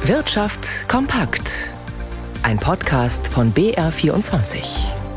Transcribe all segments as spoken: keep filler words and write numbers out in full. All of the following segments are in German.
Wirtschaft kompakt. Ein Podcast von B R vierundzwanzig.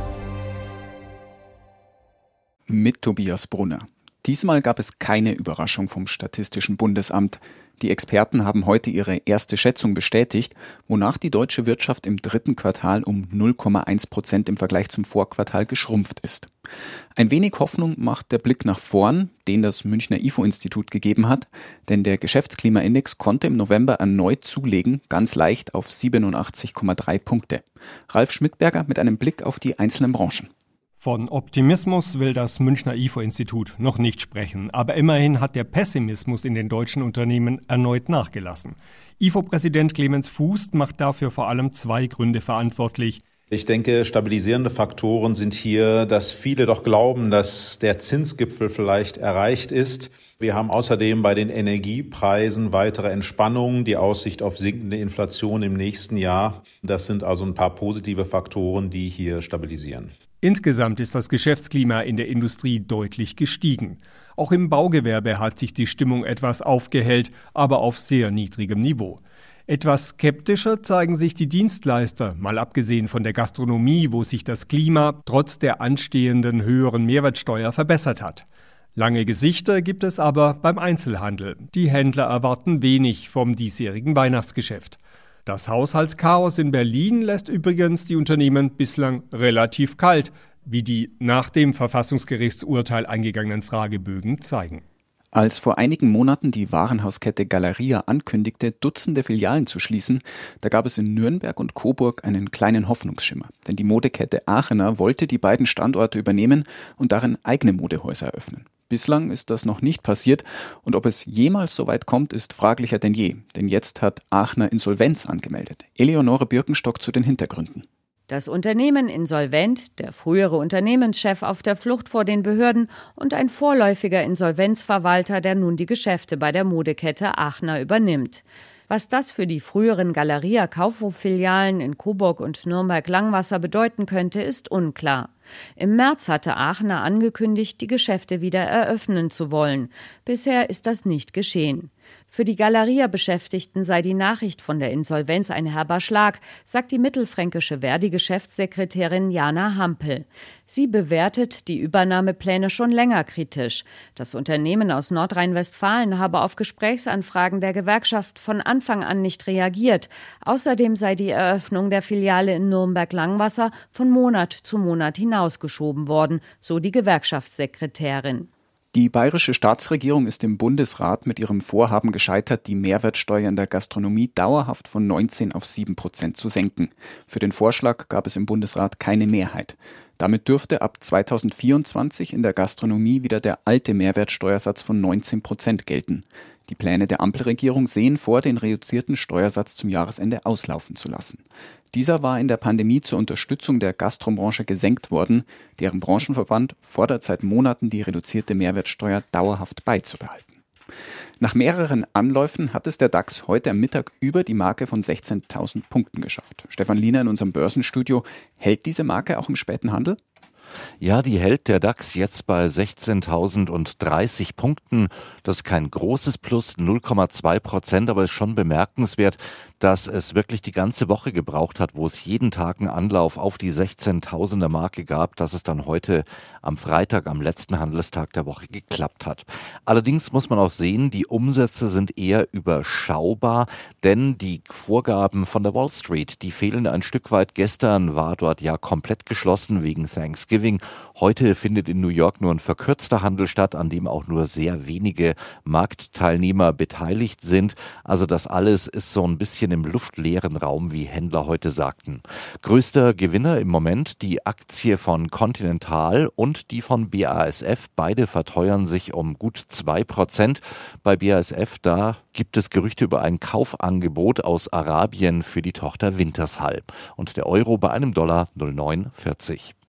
Mit Tobias Brunner. Diesmal gab es keine Überraschung vom Statistischen Bundesamt. Die Experten haben heute ihre erste Schätzung bestätigt, wonach die deutsche Wirtschaft im dritten Quartal um null Komma eins Prozent im Vergleich zum Vorquartal geschrumpft ist. Ein wenig Hoffnung macht der Blick nach vorn, den das Münchner I F O-Institut gegeben hat, denn der Geschäftsklimaindex konnte im November erneut zulegen, ganz leicht auf siebenundachtzig Komma drei Punkte. Ralf Schmidberger mit einem Blick auf die einzelnen Branchen. Von Optimismus will das Münchner I F O-Institut noch nicht sprechen, aber immerhin hat der Pessimismus in den deutschen Unternehmen erneut nachgelassen. I F O-Präsident Clemens Fuß macht dafür vor allem zwei Gründe verantwortlich. Ich denke, stabilisierende Faktoren sind hier, dass viele doch glauben, dass der Zinsgipfel vielleicht erreicht ist. Wir haben außerdem bei den Energiepreisen weitere Entspannungen, die Aussicht auf sinkende Inflation im nächsten Jahr. Das sind also ein paar positive Faktoren, die hier stabilisieren. Insgesamt ist das Geschäftsklima in der Industrie deutlich gestiegen. Auch im Baugewerbe hat sich die Stimmung etwas aufgehellt, aber auf sehr niedrigem Niveau. Etwas skeptischer zeigen sich die Dienstleister, mal abgesehen von der Gastronomie, wo sich das Klima trotz der anstehenden höheren Mehrwertsteuer verbessert hat. Lange Gesichter gibt es aber beim Einzelhandel. Die Händler erwarten wenig vom diesjährigen Weihnachtsgeschäft. Das Haushaltschaos in Berlin lässt übrigens die Unternehmen bislang relativ kalt, wie die nach dem Verfassungsgerichtsurteil eingegangenen Fragebögen zeigen. Als vor einigen Monaten die Warenhauskette Galeria ankündigte, Dutzende Filialen zu schließen, da gab es in Nürnberg und Coburg einen kleinen Hoffnungsschimmer. Denn die Modekette Aachener wollte die beiden Standorte übernehmen und darin eigene Modehäuser eröffnen. Bislang ist das noch nicht passiert und ob es jemals so weit kommt, ist fraglicher denn je. Denn jetzt hat Aachener Insolvenz angemeldet. Eleonore Birkenstock zu den Hintergründen. Das Unternehmen insolvent, der frühere Unternehmenschef auf der Flucht vor den Behörden und ein vorläufiger Insolvenzverwalter, der nun die Geschäfte bei der Modekette Aachener übernimmt. Was das für die früheren Galeria-Kaufhof-Filialen in Coburg und Nürnberg-Langwasser bedeuten könnte, ist unklar. Im März hatte Aachener angekündigt, die Geschäfte wieder eröffnen zu wollen. Bisher ist das nicht geschehen. Für die Galeria-Beschäftigten sei die Nachricht von der Insolvenz ein herber Schlag, sagt die mittelfränkische Verdi-Geschäftssekretärin Jana Hampel. Sie bewertet die Übernahmepläne schon länger kritisch. Das Unternehmen aus Nordrhein-Westfalen habe auf Gesprächsanfragen der Gewerkschaft von Anfang an nicht reagiert. Außerdem sei die Eröffnung der Filiale in Nürnberg-Langwasser von Monat zu Monat hinausgeschoben worden, so die Gewerkschaftssekretärin. Die bayerische Staatsregierung ist im Bundesrat mit ihrem Vorhaben gescheitert, die Mehrwertsteuer in der Gastronomie dauerhaft von neunzehn auf sieben Prozent zu senken. Für den Vorschlag gab es im Bundesrat keine Mehrheit. Damit dürfte ab zweitausendvierundzwanzig in der Gastronomie wieder der alte Mehrwertsteuersatz von neunzehn Prozent gelten. Die Pläne der Ampelregierung sehen vor, den reduzierten Steuersatz zum Jahresende auslaufen zu lassen. Dieser war in der Pandemie zur Unterstützung der Gastrobranche gesenkt worden. Deren Branchenverband fordert seit Monaten, die reduzierte Mehrwertsteuer dauerhaft beizubehalten. Nach mehreren Anläufen hat es der DAX heute am Mittag über die Marke von sechzehntausend Punkten geschafft. Stefan Liener in unserem Börsenstudio. Hält diese Marke auch im späten Handel? Ja, die hält der DAX jetzt bei sechzehntausend dreißig Punkten. Das ist kein großes Plus, null Komma zwei Prozent, aber ist schon bemerkenswert, dass es wirklich die ganze Woche gebraucht hat, wo es jeden Tag einen Anlauf auf die sechzehntausender Marke gab, dass es dann heute am Freitag, am letzten Handelstag der Woche geklappt hat. Allerdings muss man auch sehen, die Umsätze sind eher überschaubar, denn die Vorgaben von der Wall Street, die fehlen ein Stück weit. Gestern war dort ja komplett geschlossen wegen Thanksgiving. Heute findet in New York nur ein verkürzter Handel statt, an dem auch nur sehr wenige Marktteilnehmer beteiligt sind. Also das alles ist so ein bisschen im luftleeren Raum, wie Händler heute sagten. Größter Gewinner im Moment die Aktie von Continental und die von B A S F. Beide verteuern sich um gut zwei Prozent. Bei B A S F, da gibt es Gerüchte über ein Kaufangebot aus Arabien für die Tochter Wintershall. Und der Euro bei einem Dollar null Komma neun vierzig.